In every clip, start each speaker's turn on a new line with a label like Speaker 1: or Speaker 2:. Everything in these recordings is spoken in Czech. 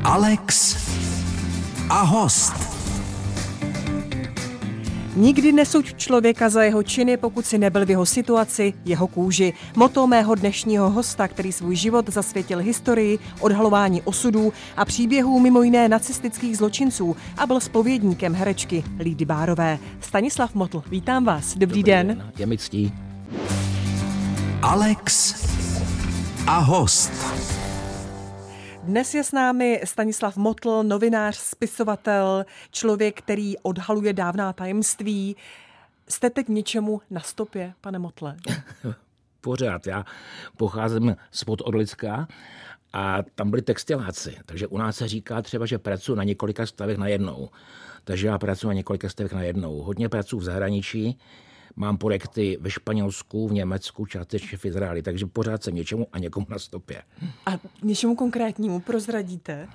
Speaker 1: Alex a host.
Speaker 2: Nikdy nesuď člověka za jeho činy, pokud si nebyl v jeho situaci, jeho kůži. Motto mého dnešního hosta, který svůj život zasvětil historii, odhalování osudů a příběhů mimo jiné nacistických zločinců a byl zpovědníkem herečky Lídy Bárové. Stanislav Motl, vítám vás. Dobrý den.
Speaker 3: Je mi ctí.
Speaker 1: Alex a host.
Speaker 2: Dnes je s námi Stanislav Motl, novinář, spisovatel, člověk, který odhaluje dávná tajemství. Jste teď něčemu na stopě, pane Motle?
Speaker 3: Pořád. Já pocházím spod Orlicka a tam byli textiláci. Takže u nás se říká třeba, že pracuji na několika stavech najednou. Takže já pracuji na několika stavech najednou. Hodně pracuji v zahraničí. Mám projekty ve Španělsku, v Německu, částečně v Izraeli, takže pořád jsem něčemu a někomu na stopě.
Speaker 2: A něčemu konkrétnímu prozradíte?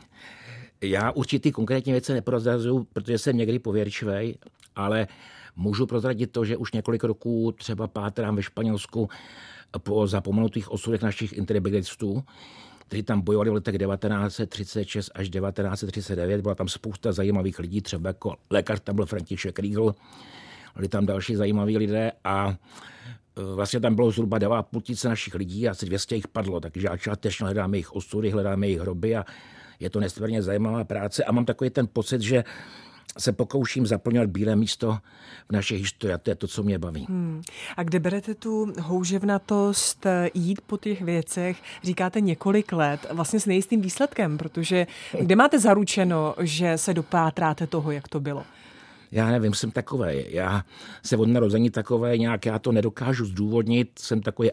Speaker 3: Já určitý konkrétní věci neprozrazuju, protože jsem někdy pověrčivej, ale můžu prozradit to, že už několik roků třeba pátrám ve Španělsku po zapomenutých osudech našich integralistů, kteří tam bojovali v letech 1936 až 1939. Byla tam spousta zajímavých lidí, třeba jako lékař tam byl František Riegl, byli tam další zajímaví lidé a vlastně tam bylo zhruba 9,5 tisíce našich lidí a asi 200 jich padlo, takže já částečně hledáme jejich osudy, hledáme jejich hroby a je to nesmírně zajímavá práce a mám takový ten pocit, že se pokouším zaplňovat bílé místo v naší historii a to je to, co mě baví.
Speaker 2: A kde berete tu houževnatost jít po těch věcech, říkáte několik let, vlastně s nejistým výsledkem, protože kde máte zaručeno, že se dopátráte toho, jak to bylo?
Speaker 3: Já nevím, jsem já jsem od narození takovej, nějak já to nedokážu zdůvodnit, jsem takový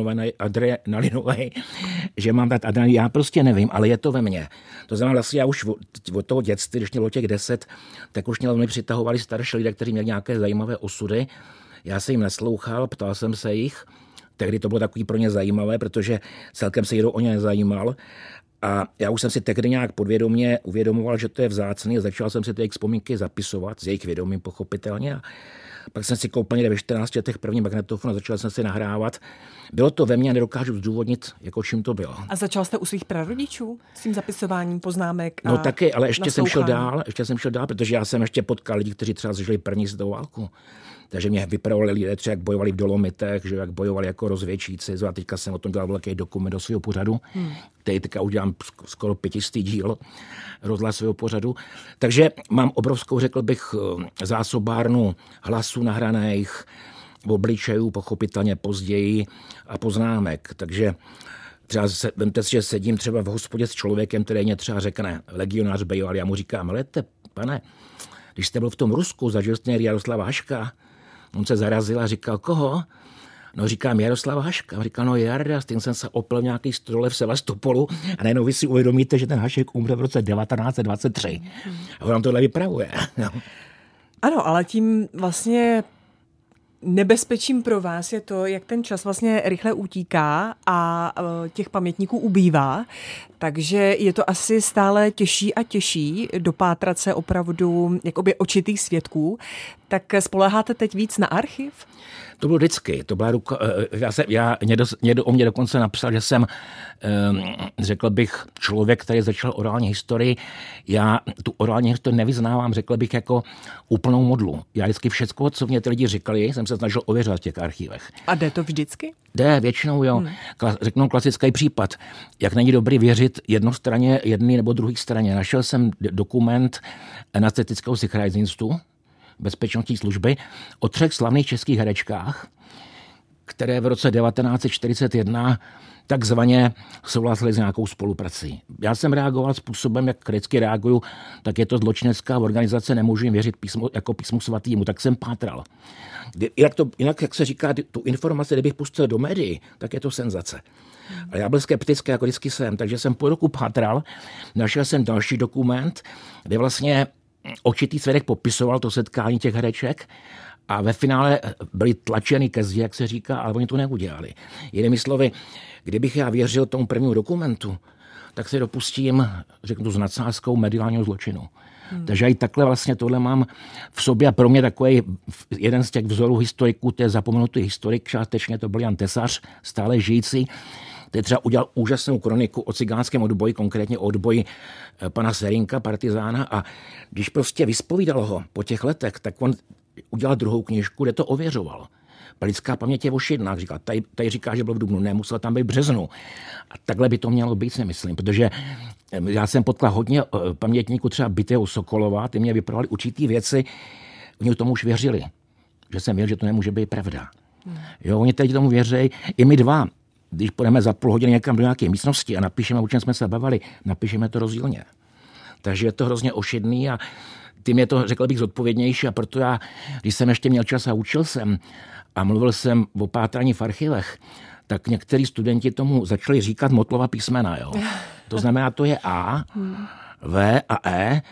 Speaker 3: adrenalinový, že mám dát adrenalin, já prostě nevím, ale je to ve mně. To znamená vlastně já už od toho dětství, když mělo těch 10, tak už mě velmi přitahovali starší lidé, kteří měli nějaké zajímavé osudy. Já se jim naslouchal, ptal jsem se jich, tehdy to bylo takový pro ně zajímavé, protože celkem se nikdo o ně nezajímal. A já už jsem si tehdy nějak podvědomě uvědomoval, že to je vzácný a začal jsem si ty jejich vzpomínky zapisovat, s jejich vědomím pochopitelně. A pak jsem si koupil někde ve 14 letech první magnetofon a začal jsem si nahrávat. Bylo to ve mně a nedokážu zdůvodnit, jako čím to bylo.
Speaker 2: A začal jste u svých prarodičů s tím zapisováním poznámek?
Speaker 3: No taky, ale ještě jsem šel dál, protože já jsem ještě potkal lidi, kteří třeba zažili první světovou válku. Takže mě vypravovali lidé, třeba jak bojovali v Dolomitech, že jak bojovali jako rozvědčíci. A teďka jsem o tom dělal velký dokument do svého pořadu, který teďka udělám skoro 500. díl rozhlasového pořadu. Takže mám obrovskou, řekl bych, zásobárnu hlasů nahraných, obličejů, pochopitelně později a poznámek. Takže třeba vemte si, že sedím třeba v hospodě s člověkem, který mě třeba řekne, legionář bývalý, já mu říkám, helejte, pane, když jste byl v tom Rusku, zažil jste Jaroslava Haška. On se zarazil a říkal, koho? No říkám, Jaroslava Haška. On říkal, no Jarda, s tím jsem se opil v nějaký stole v Sevastopolu a najednou vy si uvědomíte, že ten Hašek umřel v roce 1923. A on nám tohle vypravuje. No.
Speaker 2: Ano, ale tím vlastně nebezpečím pro vás je to, jak ten čas vlastně rychle utíká a těch pamětníků ubývá, takže je to asi stále těžší a těžší dopátrat se opravdu jakoby očitých svědků. Tak spoléháte teď víc na archiv?
Speaker 3: To bylo vždycky. To byla někdo o mě dokonce napsal, že jsem, řekl bych, člověk, který začal orální historii. Já tu orální historii nevyznávám, řekl bych, jako úplnou modlu. Já vždycky všecko, co mě ty lidi říkali, jsem se snažil ověřovat v těch archivech.
Speaker 2: A jde to vždycky?
Speaker 3: Jde, většinou jo. Řeknu klasický případ. Jak není dobrý věřit jednostraně, jedné nebo druhé straně. Našel jsem dokument nacistického Sicherheitsdienstu, bezpečnostní služby, o 3 slavných českých herečkách, které v roce 1941 takzvaně souhlasili s nějakou spoluprací. Já jsem reagoval způsobem, jak vždycky reaguju, tak je to zločinecká organizace, nemůžu jim věřit písmu svatýmu, tak jsem pátral. Jinak, jak se říká, tu informaci, kdybych pustil do médií, tak je to senzace. A já byl skeptický, jako vždycky jsem, takže jsem po roku pátral, našel jsem další dokument, kde vlastně očitý svědek popisoval to setkání těch hereček a ve finále byli tlačeni ke zdi, jak se říká, ale oni to neudělali. Jinými slovy, kdybych já věřil tomu prvnímu dokumentu, tak se dopustím, řeknu to s nadsázkou, mediálního zločinu. Takže i takhle vlastně tohle mám v sobě a pro mě takový jeden z těch vzorů historiků, to je zapomenutý historik, částečně to byl Jan Tesař, stále žijící, který třeba udělal úžasnou kroniku o cigánském odboji, konkrétně o odboji pana Serynka, partizána, a když prostě vyspovídal ho po těch letech, tak on udělal druhou knížku, kde to ověřoval. Lidská paměť je ošidná, říká, tady říká, že byl v dubnu, ne, musel tam být v březnu. A takhle by to mělo být, si myslím, protože já jsem potkal hodně pamětníků, třeba Bytého Sokolova, ty mě vyprovali určitý věci, oni tomu už věřili, že jsem věděl, že to nemůže být pravda. Jo, oni teď tomu věří, i my dva, když půjdeme za půl hodiny někam do nějaké místnosti a napíšeme, o čem jsme se bavili, napíšeme to rozdílně. Takže je to hrozně ošidný a ty mě to, řekl bych, zodpovědnější, a proto já, když jsem ještě měl čas a učil jsem a mluvil jsem o pátrání v archivech, tak některý studenti tomu začali říkat Motlova písmena. Jo. To znamená, to je A, V a E.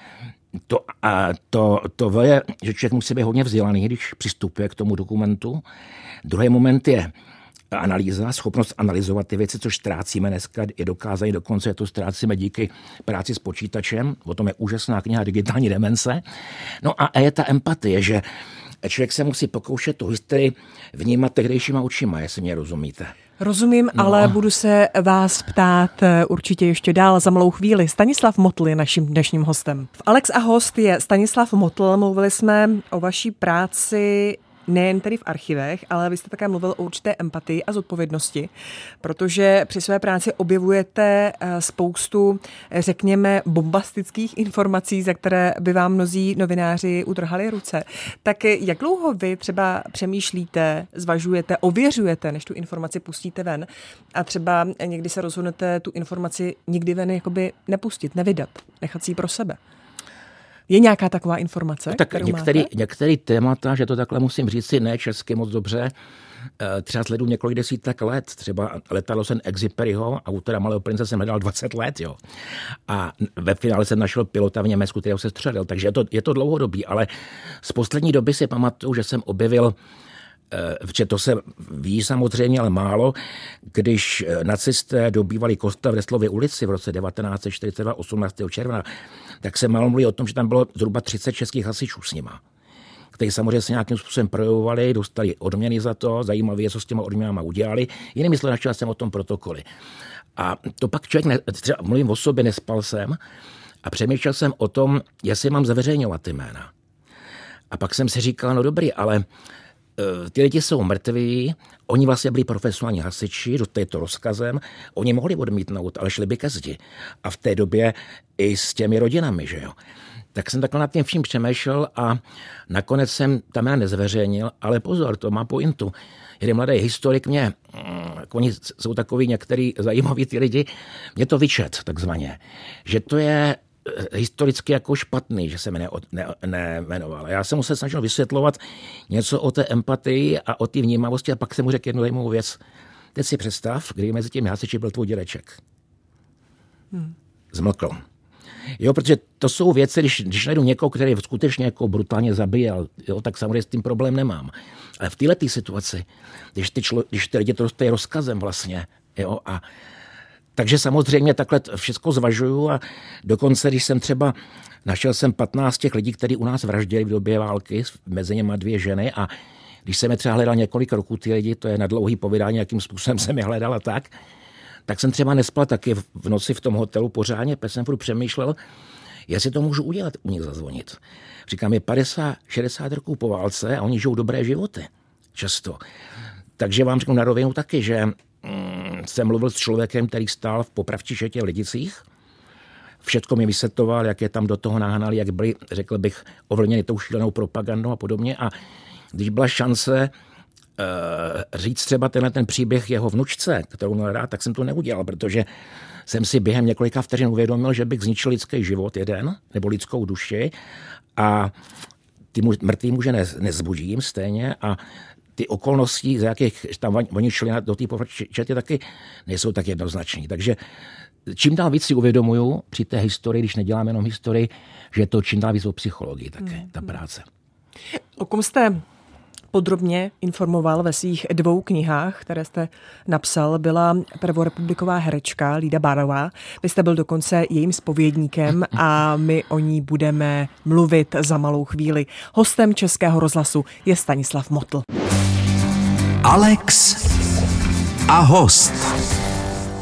Speaker 3: To V je, že člověk musí být hodně vzdělaný, když přistupuje k tomu dokumentu. Druhý moment je analýza, schopnost analyzovat ty věci, což ztrácíme dneska, je dokázané, dokonce to ztrácíme díky práci s počítačem, o tom je úžasná kniha Digitální demence. No a je ta empatie, že člověk se musí pokoušet tu historii vnímat tehdejšíma očima, jestli mě rozumíte.
Speaker 2: Rozumím, ale budu se vás ptát určitě ještě dál za malou chvíli. Stanislav Motl je naším dnešním hostem. V Alex a host je Stanislav Motl. Mluvili jsme o vaší práci nejen tedy v archivech, ale vy jste také mluvil o určité empatii a zodpovědnosti, protože při své práci objevujete spoustu, řekněme, bombastických informací, za které by vám mnozí novináři utrhali ruce. Tak jak dlouho vy třeba přemýšlíte, zvažujete, ověřujete, než tu informaci pustíte ven, a třeba někdy se rozhodnete tu informaci nikdy ven jakoby nepustit, nevydat, nechat si ji pro sebe? Je nějaká taková informace,
Speaker 3: tak
Speaker 2: kterou
Speaker 3: některé témata, že to takhle musím říct si, ne česky moc dobře, třeba sleduju několik desítek let. Třeba Letadlo Saint-Exupéryho, autora Malého prince, jsem hledal 20 let. Jo. A ve finále jsem našel pilota v Německu, kterého se střelil. Takže je to dlouhodobý, ale z poslední doby si pamatuju, že jsem objevil, že to se ví samozřejmě, ale málo, když nacisté dobývali kostel v Resslově ulici v roce 1942, 18. června, tak se málo mluví o tom, že tam bylo zhruba 30 českých hasičů s nima, kteří samozřejmě se nějakým způsobem projevovali, dostali odměny za to, zajímavé je, co s těma odměnama udělali. Jinými slovy, našel jsem o tom protokoly. A to pak člověk, třeba mluvím o sobě, nespal jsem a přemýšlel jsem o tom, jestli mám zveřejňovat ty jména. A pak jsem si říkal, no dobrý, ale ty lidi jsou mrtví, oni vlastně byli profesionální hasiči, dostali to rozkazem, oni mohli odmítnout, ale šli by ke zdi. A v té době i s těmi rodinami, že jo. Tak jsem takhle nad tím vším přemýšlel a nakonec jsem tam nezveřejnil, ale pozor, to má pointu. Jeden mladý historik mě, oni jsou takový některý zajímaví ty lidi, mě to vyčet takzvaně, že to je historicky jako špatný, že se mi nejmenoval. Já jsem musel snažil vysvětlovat něco o té empatii a o té vnímavosti a pak jsem mu řekl jednu zajímavou věc. Teď si představ, kdy mezi těmi hasiči byl tvůj dědeček. Zmlkl. Jo, protože to jsou věci, když najdu někoho, který skutečně jako brutálně zabíjel, jo, tak samozřejmě s tím problém nemám. Ale v této situaci, když ty lidi to dostají rozkazem vlastně, jo, a takže samozřejmě takhle všechno zvažuju a dokonce, když jsem třeba našel jsem 15 těch lidí, kteří u nás vraždili v době války, mezi něma 2 ženy a když jsem je třeba hledal několik roků ty lidi, to je na dlouhý povídání, jakým způsobem jsem je hledal a tak jsem třeba nespal taky v noci v tom hotelu pořádně, protože jsem furt přemýšlel, jestli to můžu udělat, u nich zazvonit. Říkám, je 50-60 roků po válce a oni žijou dobré životy. Často. Takže vám řeknu na rovinu taky, že jsem mluvil s člověkem, který stál v Popravčí Šetě v Lidicích. Všechno mi vysvětloval, jak je tam do toho nahnali, jak byli, řekl bych, ovlněni tou šílenou propagandou a podobně. A když byla šance říct třeba ten příběh jeho vnučce, kterou měl rád, tak jsem to neudělal, protože jsem si během několika vteřin uvědomil, že bych zničil lidský život jeden, nebo lidskou duši a ty mrtvý muže nezbudím stejně a ty okolnosti, za jakých tam oni šli do té Popravčí, taky nejsou tak jednoznační. Takže čím dál víc si uvědomuju při té historii, když nedělám jenom historii, že je to čím dál víc o psychologii také, ta práce.
Speaker 2: O kom jste podrobně informoval ve svých 2 knihách, které jste napsal, byla prvorepubliková herečka Lída Bárová. Vy jste byl dokonce jejím zpovědníkem a my o ní budeme mluvit za malou chvíli. Hostem Českého rozhlasu je Stanislav Motl.
Speaker 1: Alex a host.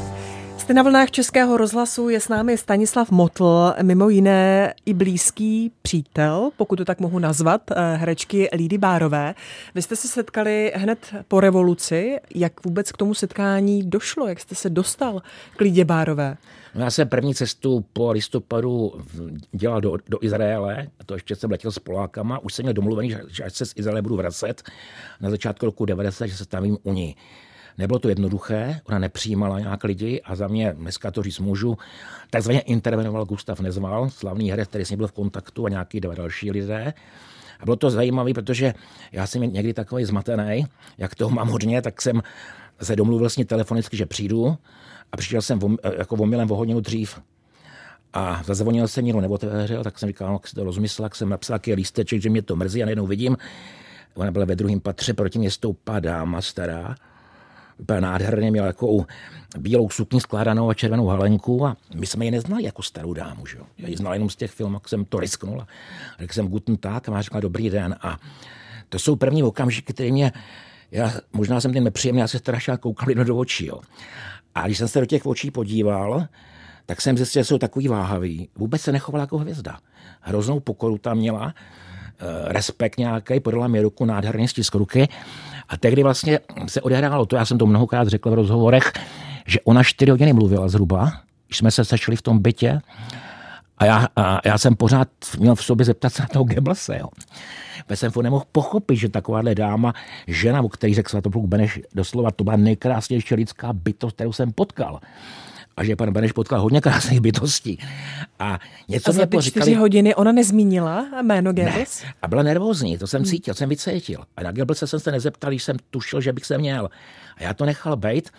Speaker 2: Jste na vlnách Českého rozhlasu, je s námi Stanislav Motl, mimo jiné i blízký přítel, pokud to tak mohu nazvat, herečky Lídy Bárové. Vy jste se setkali hned po revoluci. Jak vůbec k tomu setkání došlo? Jak jste se dostal k Lídě Bárové?
Speaker 3: No, já jsem první cestu po listopadu dělal do Izraele, a to ještě jsem letěl s Polákama. Už jsem měl domluvený, že až se z Izraele budu vracet na začátku roku 90, že se stavím u ní. Nebylo to jednoduché, ona nepřijímala nějak lidi a za mě, dneska to říct můžu, takzvaně intervenoval Gustav Nezval, slavný herec, který s ním byl v kontaktu, a nějaký dva další lidé. A bylo to zajímavé, protože já jsem někdy takový zmatený, jak toho mám hodně, tak jsem se domluvil s ní telefonicky, že přijdu, a přišel jsem jako omylem o hodinu dřív. A zazvonil jsem, nikdo neotevřel, tak jsem říkal, jak si to rozmyslel, jak jsem napsal jaký lísteček, že mě to mrzí, a najednou vidím, ona byla ve druhém patře, proti mě stoupá dáma stará, vypadá nádherně, měla takovou bílou sukni skládanou a červenou halenku, a my jsme ji neznali jako starou dámu. Že? Já ji znal jenom z těch filmů, jak jsem to risknul. A řekl jsem guten tag a má řekla dobrý den. A to jsou první okamžiky, které mě, možná jsem tím nepříjemný, já se strašně koukal do očí. Jo. A když jsem se do těch očí podíval, tak jsem zjistil, že jsou takový váhavý. Vůbec se nechovala jako hvězda. Hroznou pokoru tam měla, respekt nějaký, podala mi ruku, nádherně stisk ruky. A tehdy vlastně se odehrálo to, já jsem to mnohokrát řekl v rozhovorech, že ona 4 hodiny mluvila zhruba, když jsme se sešli v tom bytě, a já jsem pořád měl v sobě zeptat se na toho Goebbelse. Jo. Jsem nemohl pochopit, že takováhle dáma, žena, o který řekl Svatopluk Beneš, doslova to byla nejkrásnější lidská bytost, kterou jsem potkal. A že pan Beneš potkal hodně krásných bytostí. A něco
Speaker 2: za ty 4 hodiny ona nezmínila jméno Goebbels?
Speaker 3: Ne. A byla nervózní, to jsem cítil, jsem vycítil. A na Goebbelse jsem se nezeptal, když jsem tušil, že bych se měl. A já to nechal bejt,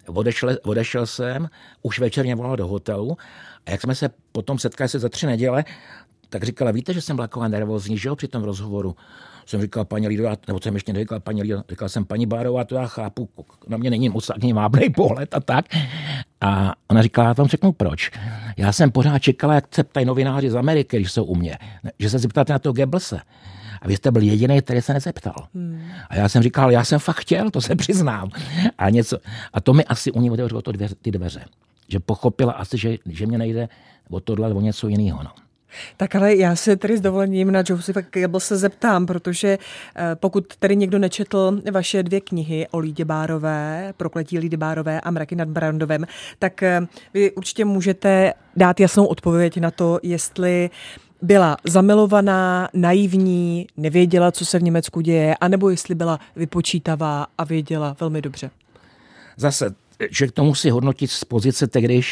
Speaker 3: odešel jsem, už večerně volal do hotelu, a jak jsme se potom setkali za 3 neděle, tak říkala, víte, že jsem byla taková nervózní, že jo, při tom rozhovoru. Jsem říkal, paní Lídová, nebo jsem ještě neříkal, paní Lídová, říkal jsem, paní Bárová, to já chápu, na mě není moc taký vábnej pohled a tak. A ona říkala, já vám řeknu proč. Já jsem pořád čekala, jak se ptají novináři z Ameriky, když jsou u mě, že se zeptáte na toho Goebbelse. A vy jste byl jediný, který se nezeptal. A já jsem říkal, já jsem fakt chtěl, to se přiznám. A to mi asi u ní otevřelo ty dveře. Že pochopila asi, že mě nejde o tohle, o něco jiného. No.
Speaker 2: Tak ale já se tedy s dovolením na Josefa Goebbelse zeptám, protože pokud tedy někdo nečetl vaše 2 knihy o Lídě Bárové, Prokletí Lídy Bárové a Mraky nad Brandovem, tak vy určitě můžete dát jasnou odpověď na to, jestli byla zamilovaná, naivní, nevěděla, co se v Německu děje, anebo jestli byla vypočítavá a věděla velmi dobře.
Speaker 3: Zase, že k tomu si hodnotit z pozice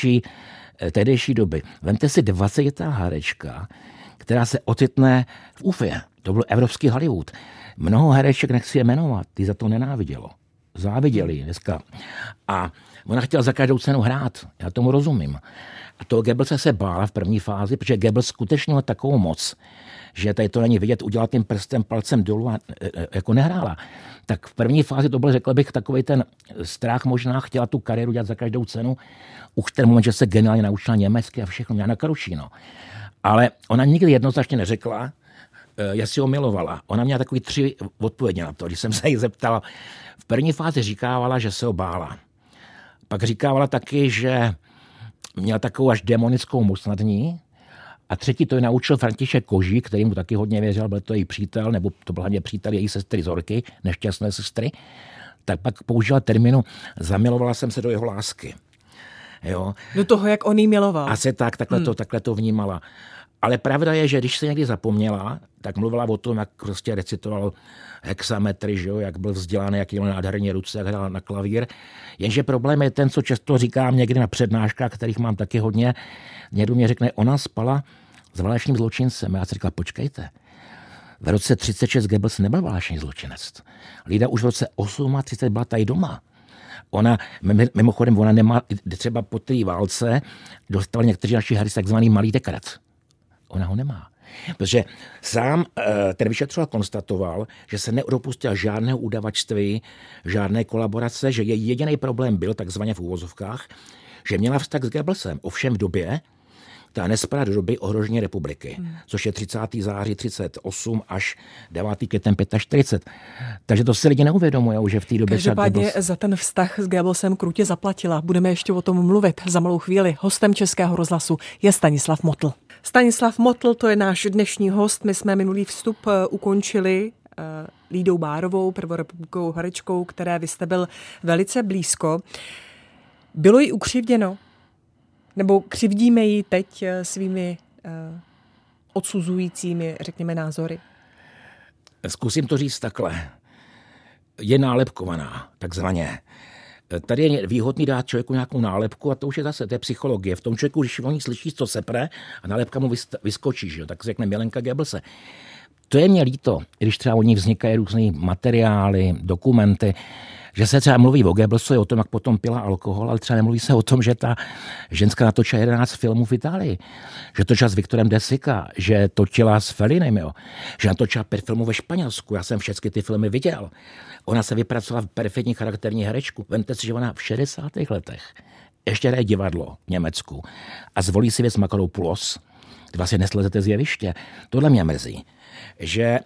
Speaker 3: tehdejší doby. Vemte si 20letá herečka, která se ocitne v Ufě. To byl evropský Hollywood. Mnoho hereček, nechci je jmenovat, ty za to nenávidělo. Záviděli dneska. A ona chtěla za každou cenu hrát. Já tomu rozumím. A toho Goebbelse se bála v první fázi, protože Goebbels skutečně měl takovou moc, že tady to není vidět, udělat tím prstem palcem dolů a jako nehrála. Tak v první fázi to byl, řekl bych, takovej ten strach, možná chtěla tu kariéru dělat za každou cenu, už ten moment, že se geniálně naučila německy a všechno měla na karušíno. Ale ona nikdy jednoznačně neřekla, jestli ho milovala. Ona měla takový 3 odpovědi na to. Když jsem se jí zeptal, v první fázi říkávala, že se ho bála. Pak říkávala taky, že měla takovou až demonickou moc nad ní. A 3. to ji naučil František Kožík, který mu taky hodně věřil, byl to její přítel, nebo to byl hlavně přítel její sestry Zorky, nešťastné sestry. Tak pak použila termínu zamilovala jsem se do jeho lásky. Jo.
Speaker 2: Do toho, jak on jí miloval.
Speaker 3: Asi takhle to vnímala. Ale pravda je, že když se někdy zapomněla, tak mluvila o tom, jak prostě recitoval hexametry, že jo, jak byl vzdělaný, jak měl nádherně ruce, jak hrál na klavír. Jenže problém je ten, co často říkám někdy na přednáškách, kterých mám taky hodně. Někdo mě řekne, ona spala s válečným zločincem. Já si říkal, počkejte. V roce 36 Goebbels nebyl válečný zločinec. Lída už v roce 38 byla tady doma. Ona, mimochodem, ona nemá, třeba po té válce dostali někteří naši herci takzvaný malý dekret. Ona ho nemá. Protože sám ten vyšetřovatel konstatoval, že se nedopustil žádného udavačství, žádné kolaborace, že její jediný problém byl, takzvaně v úvozovkách, že měla vztah s Goebbelsem, ovšem v době, ta nespadá do doby ohrožení republiky, což je 30. září 38 až 9. květen 45. Takže to si lidi neuvědomují, že v té době...
Speaker 2: Každopádně za ten vztah s Goebbelsem krutě zaplatila. Budeme ještě o tom mluvit za malou chvíli. Hostem Českého rozhlasu je Stanislav Motl. Stanislav Motl, to je náš dnešní host. My jsme minulý vstup ukončili Lídou Bárovou, prvorepublikovou herečkou, které vy jste byl velice blízko. Bylo jí ukřivděno? Nebo křivdíme ji teď svými odsuzujícími, řekněme, názory?
Speaker 3: Zkusím to říct takhle. Je nálepkovaná, takzvaně. Tady je výhodný dát člověku nějakou nálepku a to už je zase, to je psychologie. V tom člověku, když on slyší, co sepre a nálepka mu vyskočí, že? Tak řekne Milenka Goebbelse. To je mě líto, když třeba o ní vznikají různé materiály, dokumenty, že se třeba mluví o Goebbelsovi, o tom, jak potom pila alkohol, ale třeba nemluví se o tom, že ta ženská natočila 11 filmů v Itálii, že točila s Viktorem De Sica, že točila s Fellinem, jo, že natočila 5 filmů ve Španělsku, já jsem všechny ty filmy viděl. Ona se vypracovala v perfektní charakterní herečku. Vemte si, že ona v 60. letech ještě hraje divadlo v Německu a zvolí si věc Makaropoulos, ty vlastně neslezete z jeviště. Tohle mě mrzí, že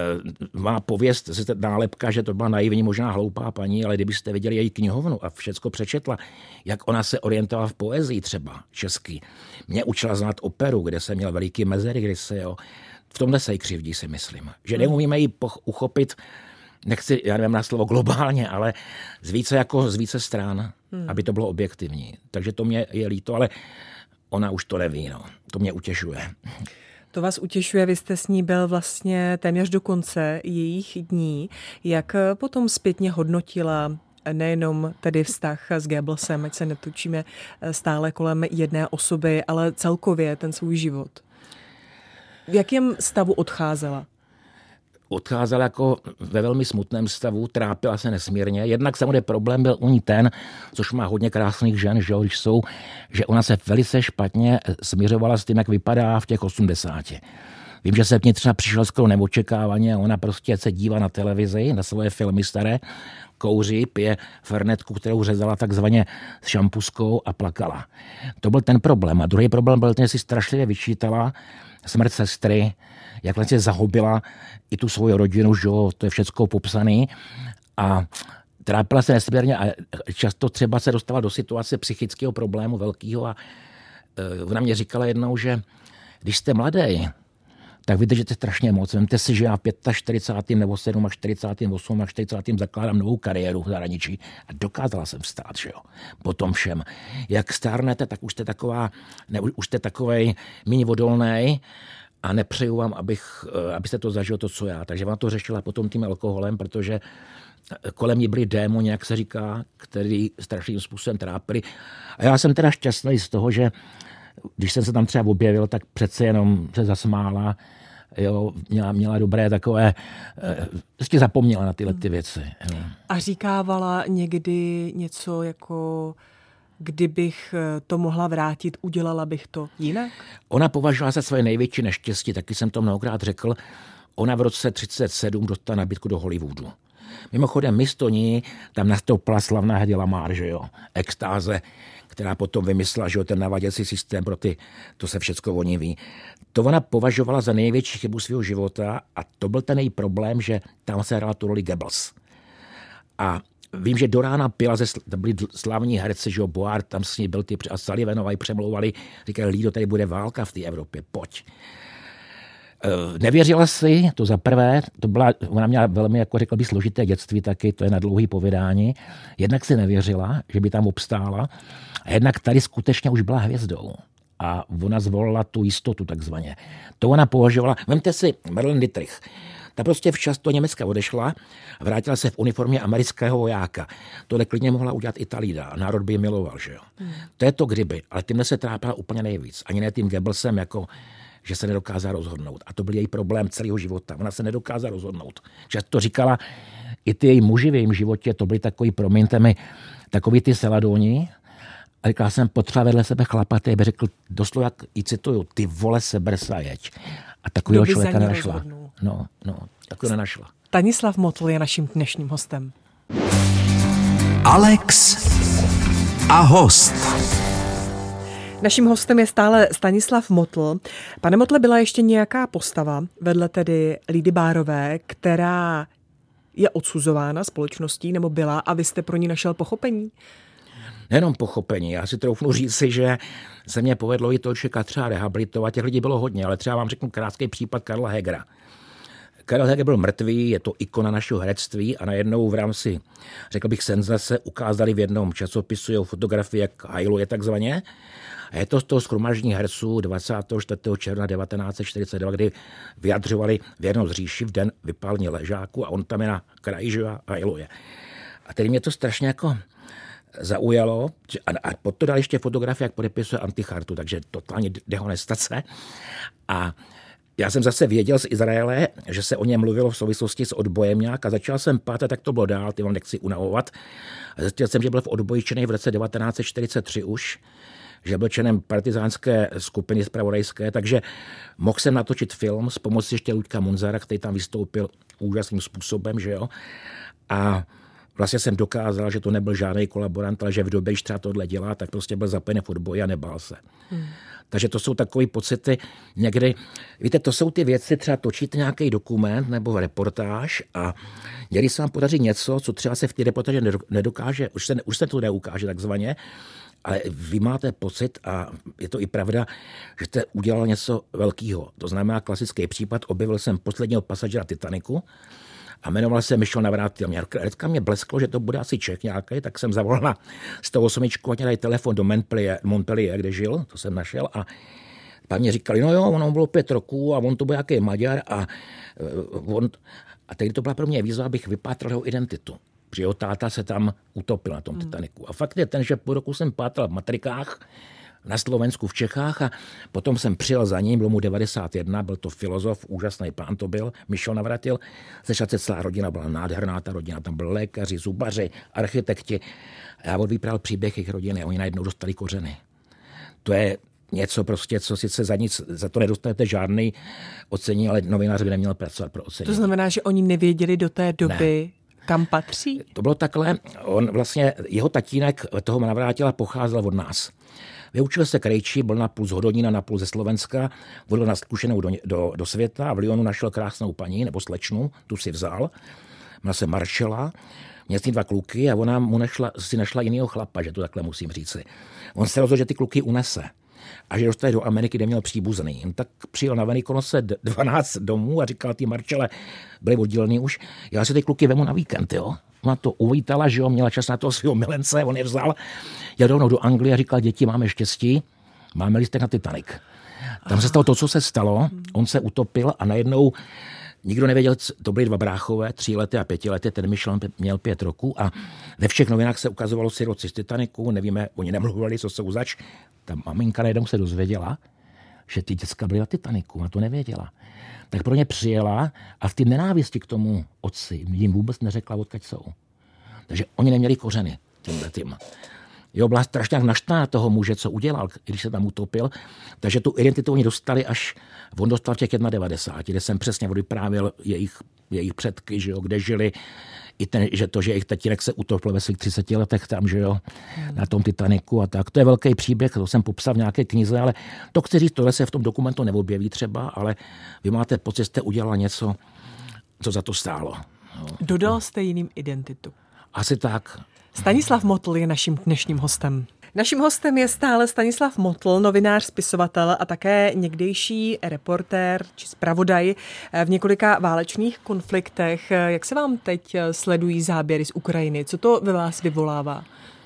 Speaker 3: má pověst, nálepka, že to byla naivní, možná hloupá paní, ale kdybyste viděli její knihovnu a všecko přečetla, jak ona se orientovala v poezii třeba český. Mě učila znát operu, kde jsem měl veliký mezery, kde se, jo, v tomhle se jí křivdí, si myslím. Že neumíme ji uchopit, nechci, já nevím na slovo globálně, ale z více stran, aby to bylo objektivní. Takže to mě je líto, ale ona už to neví, no. To mě utěšuje.
Speaker 2: To vás utěšuje, vy jste s ní byl vlastně téměř do konce jejich dní. Jak potom zpětně hodnotila nejenom tedy vztah s Goebbelsem, ať se netočíme stále kolem jedné osoby, ale celkově ten svůj život? V jakém stavu odcházela?
Speaker 3: Odcházela jako ve velmi smutném stavu, trápila se nesmírně. Jednak samozřejmě problém byl u ní ten, což má hodně krásných žen, že, když jsou, že ona se velice špatně směřovala s tím, jak vypadá v těch 80. Vím, že se k ní třeba přišel skoro neočekávaně a ona prostě se dívá na televizi, na svoje filmy staré, kouří, pije fernetku, kterou řezala takzvaně s šampuskou a plakala. To byl ten problém. A druhý problém byl ten, že si strašlivě vyčítala smrt sestry, jak vlastně zahubila i tu svoji rodinu, že to je všecko popsaný. A trápila se nesmírně a často třeba se dostala do situace psychického problému velkého a ona mě říkala jednou, že když jste mladý, tak vydržíte strašně moc. Vemte si, že já v 45. nebo 47. a 40. zakládám novou kariéru v zahraničí a dokázala jsem vstát, že jo. Po tom všem. Jak stárnete, tak už jste takovej méně odolnej a nepřeju vám, abyste to zažil to, co já. Takže vám to řešila potom tím alkoholem, protože kolem ní byli démoni, jak se říká, který strašným způsobem trápili. A já jsem teda šťastný z toho, že když jsem se tam třeba objevil, tak přece jenom se zasmála, jo, měla dobré takové, prostě zapomněla na tyhle ty věci. Jo.
Speaker 2: A říkávala někdy něco jako, kdybych to mohla vrátit, udělala bych to jinak? Ona
Speaker 3: považovala za svoje největší neštěstí, taky jsem to mnohokrát řekl, ona v roce 1937 dostala nabídku do Hollywoodu. Mimochodem místo ní tam nastoupila slavná Hedy Lamarr, že jo, extáze, která potom vymyslela, že jo, ten navaděcí systém pro ty, to se všecko o ní ví. To ona považovala za největší chybu svého života a to byl ten její problém, že tam se hrála tu roli Goebbels. A vím, že do rána pila, byli slavní herci, že jo, Boart, tam s ní byl ty a Sullivanova ji přemlouvali, říkali, Lído, tady bude válka v té Evropě, pojď. Nevěřila si, to za prvé, ona měla velmi, jako řekl bych, složité dětství taky, to je na dlouhý povídání. Jednak si nevěřila, že by tam obstála, a jednak tady skutečně už byla hvězdou. A ona zvolila tu jistotu takzvaně. To ona považovala, vemte si Marlene Dietrich, ta prostě včas do Německa odešla a vrátila se v uniformě amerického vojáka. Tohle klidně mohla udělat i ta Lída, národ by ji miloval, že jo. To je to kdyby, ale tímhle se trápila úplně nejvíc. Ani ne tím Goebbelsem, jako že se nedokázala rozhodnout. A to byl její problém celého života. Ona se nedokázala rozhodnout. Často říkala, i ty její muži v jejím životě, to byly takový, promiňte mi, takový ty seladoni. A říkala jsem, potřeba vedle sebe chlapa, ty by řekl, doslova, jak i cituju, ty vole, seber se a jeď. A takového člověka nenašla. No, takového nenašla.
Speaker 2: Stanislav Motl je naším dnešním hostem.
Speaker 1: Alex a host.
Speaker 2: Naším hostem je stále Stanislav Motl. Pane Motle, byla ještě nějaká postava vedle tedy Lidy Bárové, která je odsuzována společností, nebo byla, a vy jste pro ní našel pochopení?
Speaker 3: Nejenom pochopení, já si troufnu říci, že se mě povedlo i Tolčeka třeba rehabilitovat. Těch lidí bylo hodně, ale třeba vám řeknu krátký případ Karla Hegera. Karel Heger byl mrtvý, je to ikona našeho herectví a najednou v rámci, řekl bych, senzace ukázali v jednom časopisu jeho fotografii, jak hajluje takzvaně. A je to z toho shromáždění herců 24. června 1942, kdy vyjadřovali v jednom z říši v den vypálení ležáku a on tam je na kraji, že hajluje. A tedy mě to strašně jako zaujalo a potom dal ještě fotografie, jak podepisuje antichartu, takže totální dehonestace. A já jsem zase věděl z Izraele, že se o něm mluvilo v souvislosti s odbojem nějak a začal jsem pátat, jak to bylo dál, ty vám nechci unavovat. A zjistil jsem, že byl v odboji činný v roce 1943 už, že byl členem partizánské skupiny zpravodajské, takže mohl jsem natočit film s pomocí ještě Luďka Munzara, který tam vystoupil úžasným způsobem, že jo. A vlastně jsem dokázal, že to nebyl žádný kolaborant, ale že v době, když třeba tohle dělá, tak prostě byl zapojený v odboji a nebál se. Takže to jsou takové pocity někdy, víte, to jsou ty věci, třeba točit nějaký dokument nebo reportáž a někdy se vám podaří něco, co třeba se v té reportáži nedokáže, už se to neukáže takzvaně, ale vy máte pocit, a je to i pravda, že jste udělal něco velkého. To znamená klasický případ, objevil jsem posledního pasažera Titaniku a jmenoval se Michel Navrátil. Hnedka mě blesklo, že to bude asi Čech nějaký, tak jsem zavolal na 108, ať mě dají telefon do Montpellier, kde žil, to jsem našel a pak mě říkali, no jo, ono bylo 5 roků a on to byl nějaký Maďar a tehdy to byla pro mě výzva, abych vypátral jeho identitu. Protože jeho táta se tam utopil na tom Titaniku. A fakt je ten, že po roku jsem pátral v matrikách, na Slovensku, v Čechách a potom jsem přijel za ním, bylo mu 91, byl to filozof, úžasný pán to byl, Michel Navrátil. Začal se celá rodina, byla nádherná ta rodina, tam byli lékaři, zubaři, architekti. A já odvyprávěl příběh jejich rodiny a oni najednou dostali kořeny. To je něco prostě, co sice za to nedostanete žádný ocenění, ale novinář by neměl pracovat pro ocenění.
Speaker 2: To znamená, že oni nevěděli do té doby, kam patří?
Speaker 3: To bylo takhle, jeho tatínek toho Navrátila pocházel od nás. Vyučil se krejčí, byl napůl z Hodonína, napůl ze Slovenska, byl na zkušenou do světa a v Lyonu našel krásnou paní, nebo slečnu, tu si vzal. Měla se Maršela, měl si 2 kluky a ona si našla jinýho chlapa, že to takhle musím říci. On se rozhodl, že ty kluky unese a že dostane do Ameriky, kde měl příbuzný. Tak přijel na Velikonoce 12 domů a říkal ty Marčele, byli oddělený už, já si ty kluky vemu na víkend, jo. Ona to uvítala, že jo, měla čas na toho svého milence, on je vzal, jel rovnou do Anglie a říkal, děti, máme štěstí, máme lístek na Titanic. Tam se stalo to, co se stalo, on se utopil a najednou nikdo nevěděl, to byly 2 bráchové, 3leté a 5leté, ten Michel měl 5 roků a ve všech novinách se ukazovalo siroci z Titanicu, nevíme, oni nemluvili, co jsou zač. Ta maminka najednou se dozvěděla, že ty děcka byly na Titanicu, a to nevěděla. Tak pro ně přijela a v té nenávisti k tomu otci jim vůbec neřekla, odkud jsou. Takže oni neměli kořeny tímhletím. Jo, byla strašně naštvaná toho muže, co udělal, když se tam utopil. Takže tu identitu oni dostali, až on dostal v těch 91, kde jsem přesně vyprávěl jejich předky, že jo, kde žili. I že jejich tatínek se utopil ve svých 30 letech tam, že jo, na tom Titaniku a tak. To je velký příběh, to jsem popsal v nějaké knize, ale to chci říct, tohle se v tom dokumentu neobjeví třeba, ale vy máte pocit, že jste udělala něco, co za to stálo. Jo.
Speaker 2: Dodal jste jiným identitu.
Speaker 3: Asi tak.
Speaker 2: Stanislav Motl je naším dnešním hostem. Naším hostem je stále Stanislav Motl, novinář, spisovatel a také někdejší reportér či zpravodaj v několika válečných konfliktech. Jak se vám teď sledují záběry z Ukrajiny? Co to ve vás vyvolává?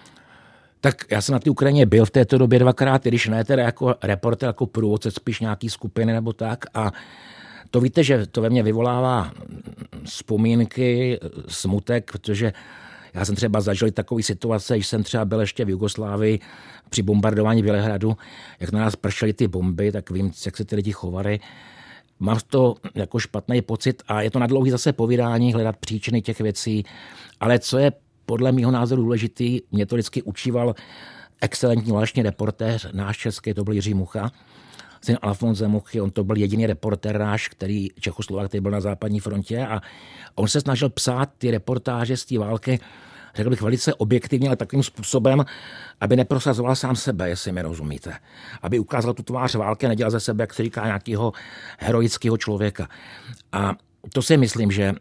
Speaker 3: Tak já jsem na té Ukrajině byl v této době 2krát, když ne teda jako reportér, jako průvodce, spíš nějaký skupiny nebo tak. A to víte, že to ve mně vyvolává vzpomínky, smutek, protože já jsem třeba zažil takový situace, když jsem třeba byl ještě v Jugoslávii při bombardování Bělehradu, jak na nás pršely ty bomby, tak vím, jak se ty lidi chovali. Mám to jako špatný pocit a je to na dlouhý zase povídání, hledat příčiny těch věcí, ale co je podle mého názoru důležitý, mě to vždycky učíval excelentní válečný reportér, náš český, to byl Jiří Mucha, syn Alfonse Muchy, on to byl jediný reportér náš, Čechoslovák, který byl na západní frontě a on se snažil psát ty reportáže z té války řekl bych velice objektivně, ale takovým způsobem, aby neprosazoval sám sebe, jestli mi rozumíte. Aby ukázal tu tvář války a nedělal ze sebe, jak se říká, nějakého heroického člověka. A to si myslím, že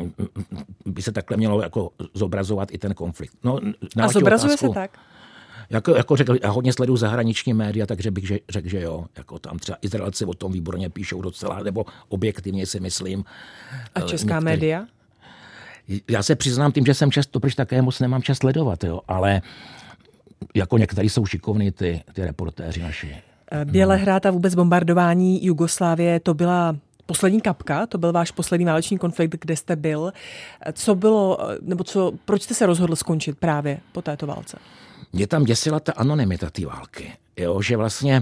Speaker 3: by se takhle mělo jako zobrazovat i ten konflikt. No,
Speaker 2: a zobrazuje se tak?
Speaker 3: Jako řekl, já hodně sleduju zahraniční média, takže bych řekl, že jo. Jako tam třeba Izraelci o tom výborně píšou docela, nebo objektivně si myslím.
Speaker 2: A česká média?
Speaker 3: Já se přiznám tím, že jsem často, protože také moc nemám čas sledovat, jo, ale jako některý jsou šikovní ty reportéři naši.
Speaker 2: Bělehrad a vůbec bombardování Jugoslávie, to byla poslední kapka, to byl váš poslední válečný konflikt, kde jste byl. Co bylo, nebo proč jste se rozhodl skončit právě po této válce?
Speaker 3: Mě tam děsila ta anonymita té války, jo, že vlastně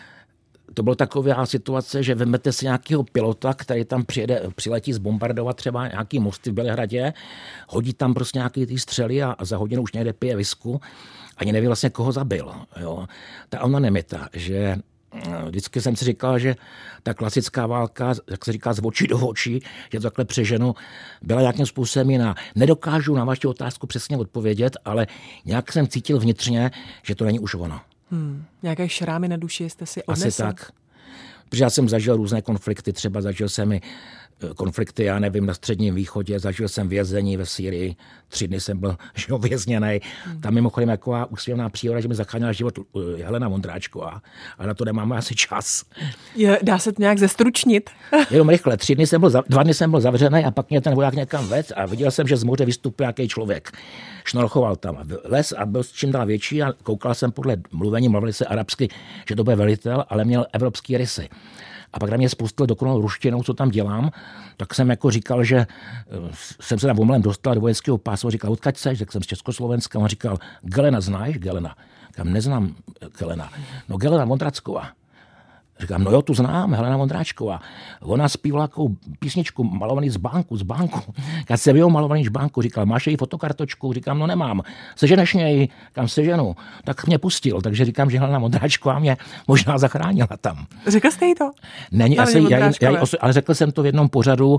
Speaker 3: to byla taková situace, že vezmete si nějakého pilota, který tam přiletí zbombardovat třeba nějaký mosty v Bělehradě, hodí tam prostě nějaký ty střely a za hodinu už někde pije visku, ani neví vlastně, koho zabil. Jo. Ta anonymita, že vždycky jsem si říkal, že ta klasická válka, jak se říká, z očí do očí, že to takhle přeženu, byla nějakým způsobem jiná. Nedokážu na vaši otázku přesně odpovědět, ale nějak jsem cítil vnitřně, že to není už ono.
Speaker 2: Nějaké šrámy na duši jste si odnesl?
Speaker 3: Asi tak. Protože já jsem zažil různé konflikty, třeba zažil jsem i konflikty, já nevím, na Středním východě, zažil jsem vězení ve Sýrii, 3 dny jsem byl vězněnej. Tam mimochodem taková úsměvná příhoda, že mi zachránila život Helena Vondráčková, a na to nemáme asi čas.
Speaker 2: Dá se to nějak zestručnit?
Speaker 3: Jenom rychle, 2 dny jsem byl zavřený a pak mě ten voják někam vedl a viděl jsem, že z moře vystupuje nějaký člověk. Šnorchoval tam les a byl čím dál větší a koukal jsem podle mluvení, mluvili se arabsky, že to bude velitel, ale měl evropský rysy. A pak na mě spustil dokonalou ruštinou, co tam dělám, tak jsem jako říkal, že jsem se tam omylem dostal do vojenského pásu, říkal, odkud seš, tak jsem z Československa, on říkal, Gelena znáš, Gelena? Říkám, neznám Gelena. No Gelena Vondráčková. Říkám, no jo, tu znám, Helena Vondráčková. Ona zpívala takovou písničku Malovaný z bánku. Já jsem jo malovaný z bánku, říkal, máš její fotokartočku? Říkám, no nemám. Seženeš mě, kam seženu? Tak mě pustil, takže říkám, že Helena Vondráčková mě možná zachránila tam.
Speaker 2: Řekl jste jí to?
Speaker 3: Není, ale řekl jsem to v jednom pořadu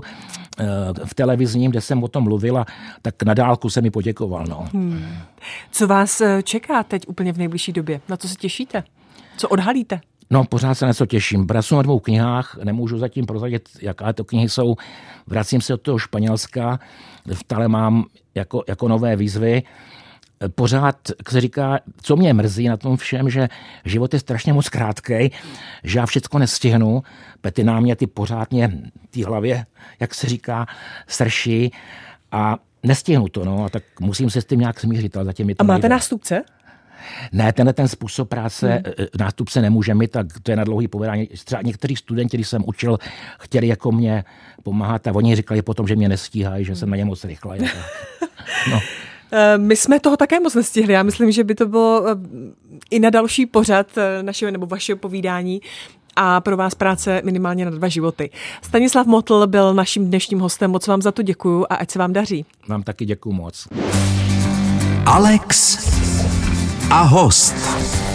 Speaker 3: v televizním, kde jsem o tom mluvila, tak na dálku jsem mi poděkoval. No.
Speaker 2: Co vás čeká teď úplně v nejbližší době? Na co se těšíte? Co odhalíte?
Speaker 3: No, pořád se na co těším. Pracuji na 2 knihách, nemůžu zatím prozradit, jaká to knihy jsou. Vracím se od toho Španělska, v Tale mám jako nové výzvy. Pořád, jak se říká, co mě mrzí na tom všem, že život je strašně moc krátkej, že já všecko nestihnu, ty náměty pořádně v té hlavě, jak se říká, srší a nestihnu to, no, a tak musím se s tím nějak smířit, ale zatím mi to
Speaker 2: A máte
Speaker 3: nejde.
Speaker 2: nástupce?
Speaker 3: Ne, ten způsob práce nástupce nemůže mít, tak to je na dlouhý povídání. Třeba někteří studenti, když jsem učil, chtěli jako mě pomáhat a oni říkali potom, že mě nestíhají, že jsem na ně moc rychle. No.
Speaker 2: My jsme toho také moc nestihli. Já myslím, že by to bylo i na další pořad našeho nebo vašeho povídání a pro vás práce minimálně na 2 životy. Stanislav Motl byl naším dnešním hostem. Moc vám za to děkuju a ať se vám daří.
Speaker 3: Vám taky děkuju moc.
Speaker 1: Alex a host.